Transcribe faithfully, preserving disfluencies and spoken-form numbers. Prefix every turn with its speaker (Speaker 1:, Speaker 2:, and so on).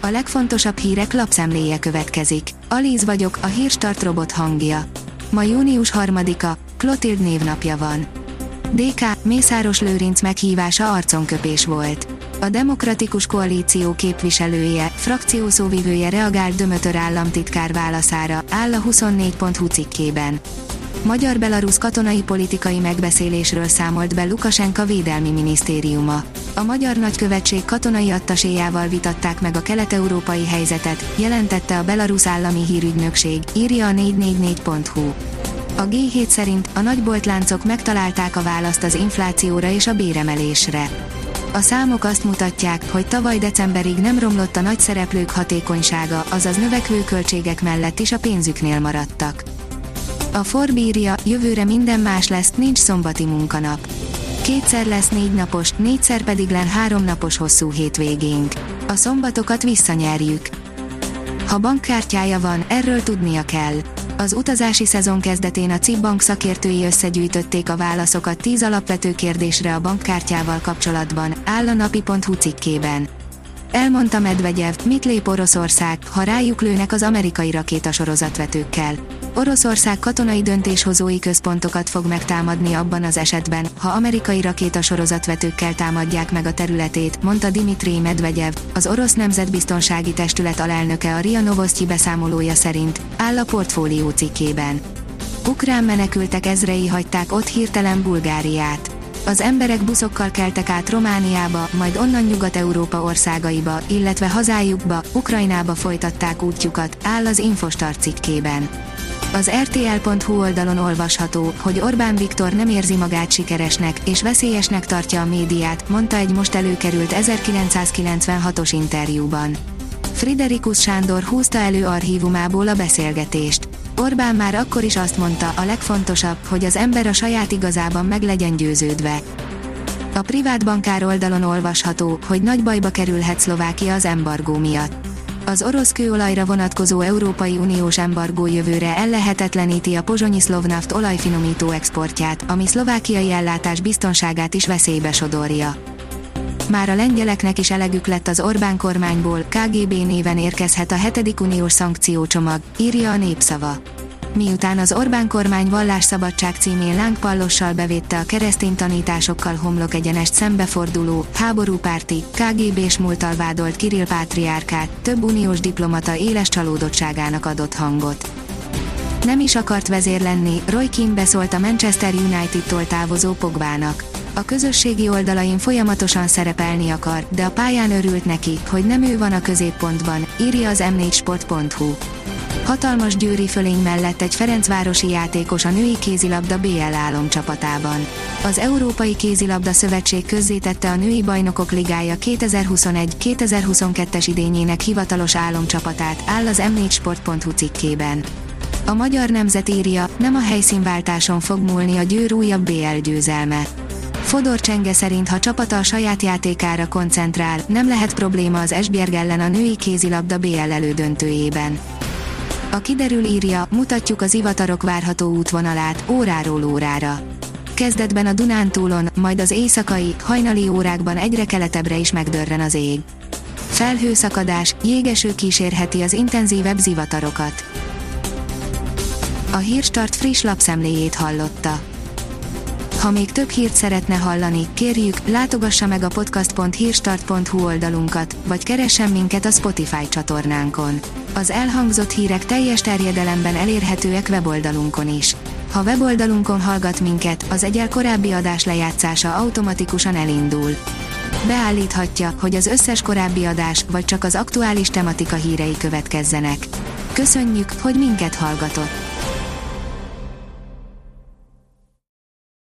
Speaker 1: A legfontosabb hírek lapszemléje következik. Alíz vagyok, a Hírstart robot hangja. Ma június harmadika, Klotild névnapja van. dé ká, Mészáros Lőrinc meghívása arconköpés volt. A Demokratikus Koalíció képviselője, frakciószóvivője reagált Dömötör államtitkár válaszára, áll a huszonnégy pont hu cikkében. Magyar-belarusz katonai politikai megbeszélésről számolt be Lukasenka védelmi minisztériuma. A magyar nagykövetség katonai attaséjával vitatták meg a kelet-európai helyzetet, jelentette a belarusz állami hírügynökség, írja a négy négy négy pont hu. A gé hét szerint a nagyboltláncok megtalálták a választ az inflációra és a béremelésre. A számok azt mutatják, hogy tavaly decemberig nem romlott a nagy szereplők hatékonysága, azaz növekvő költségek mellett is a pénzüknél maradtak. A Forbes írja, jövőre minden más lesz, nincs szombati munkanap. Kétszer lesz négy napos, négyszer pedig len három napos hosszú hétvégénk. A szombatokat visszanyerjük. Ha bankkártyája van, erről tudnia kell. Az utazási szezon kezdetén a cé i bé Bank szakértői összegyűjtötték a válaszokat tíz alapvető kérdésre a bankkártyával kapcsolatban, áll a napi pont hu cikkében. Elmondta Medvegyev, mit lép Oroszország, ha rájuk lőnek az amerikai rakétasorozatvetőkkel. Oroszország katonai döntéshozói központokat fog megtámadni abban az esetben, ha amerikai rakétasorozatvetőkkel támadják meg a területét, mondta Dmitrij Medvegyev, az orosz nemzetbiztonsági testület alelnöke a RIA Novosztyi beszámolója szerint, áll a Portfólió cikkében. Ukrán menekültek ezrei hagyták ott hirtelen Bulgáriát. Az emberek buszokkal keltek át Romániába, majd onnan Nyugat-Európa országaiba, illetve hazájukba, Ukrajnába folytatták útjukat, áll az Infostart cikkében. Az er té el pont hu oldalon olvasható, hogy Orbán Viktor nem érzi magát sikeresnek, és veszélyesnek tartja a médiát, mondta egy most előkerült ezerkilencszázkilencvenhatos interjúban. Friderikus Sándor húzta elő archívumából a beszélgetést. Orbán már akkor is azt mondta, a legfontosabb, hogy az ember a saját igazában meg legyen győződve. A privát bankár oldalon olvasható, hogy nagy bajba kerülhet Szlovákia az embargó miatt. Az orosz kőolajra vonatkozó Európai Uniós embargó jövőre ellehetetleníti a pozsonyi Szlovnaft olajfinomító exportját, ami szlovákiai ellátás biztonságát is veszélybe sodorja. Már a lengyeleknek is elegük lett az Orbán kormányból, ká gé bé néven érkezhet a hetedik uniós szankciócsomag, írja a Népszava. Miután az Orbán kormány vallásszabadság címén lángpallossal bevédte a keresztény tanításokkal homlok egyenest szembeforduló, háborúpárti, ká gé bés múlttal vádolt Kirill pátriárkát, több uniós diplomata éles csalódottságának adott hangot. Nem is akart vezér lenni, Roy Keane beszólt a Manchester United-tól távozó Pogbának. A közösségi oldalain folyamatosan szerepelni akar, de a pályán örült neki, hogy nem ő van a középpontban, írja az em négy sport pont hu. Hatalmas győri fölény mellett egy ferencvárosi játékos a női kézilabda bé el álomcsapatában. Az Európai Kézilabda Szövetség közzétette a Női Bajnokok Ligája kétezer-huszonegy kétezer-huszonkettes idényének hivatalos álomcsapatát, áll az em négy sport pont hu cikkében. A magyar nemzet írja, nem a helyszínváltáson fog múlni a Győr újabb bé el győzelme. Fodor Csenge szerint, ha csapata a saját játékára koncentrál, nem lehet probléma az Esbjerg ellen a női kézilabda bé el elődöntőjében. A kiderül írja, mutatjuk az ivatarok várható útvonalát, óráról órára. Kezdetben a Dunántúlon, majd az éjszakai, hajnali órákban egyre keletebbre is megdörren az ég. Felhőszakadás, jégeső kísérheti az intenzívebb zivatarokat. A Hírstart friss lapszemléjét hallotta. Ha még több hírt szeretne hallani, kérjük, látogassa meg a podcast pont hírstart pont hu oldalunkat, vagy keressen minket a Spotify csatornánkon. Az elhangzott hírek teljes terjedelemben elérhetőek weboldalunkon is. Ha weboldalunkon hallgat minket, az egyel korábbi adás lejátszása automatikusan elindul. Beállíthatja, hogy az összes korábbi adás, vagy csak az aktuális tematika hírei következzenek. Köszönjük, hogy minket hallgatott!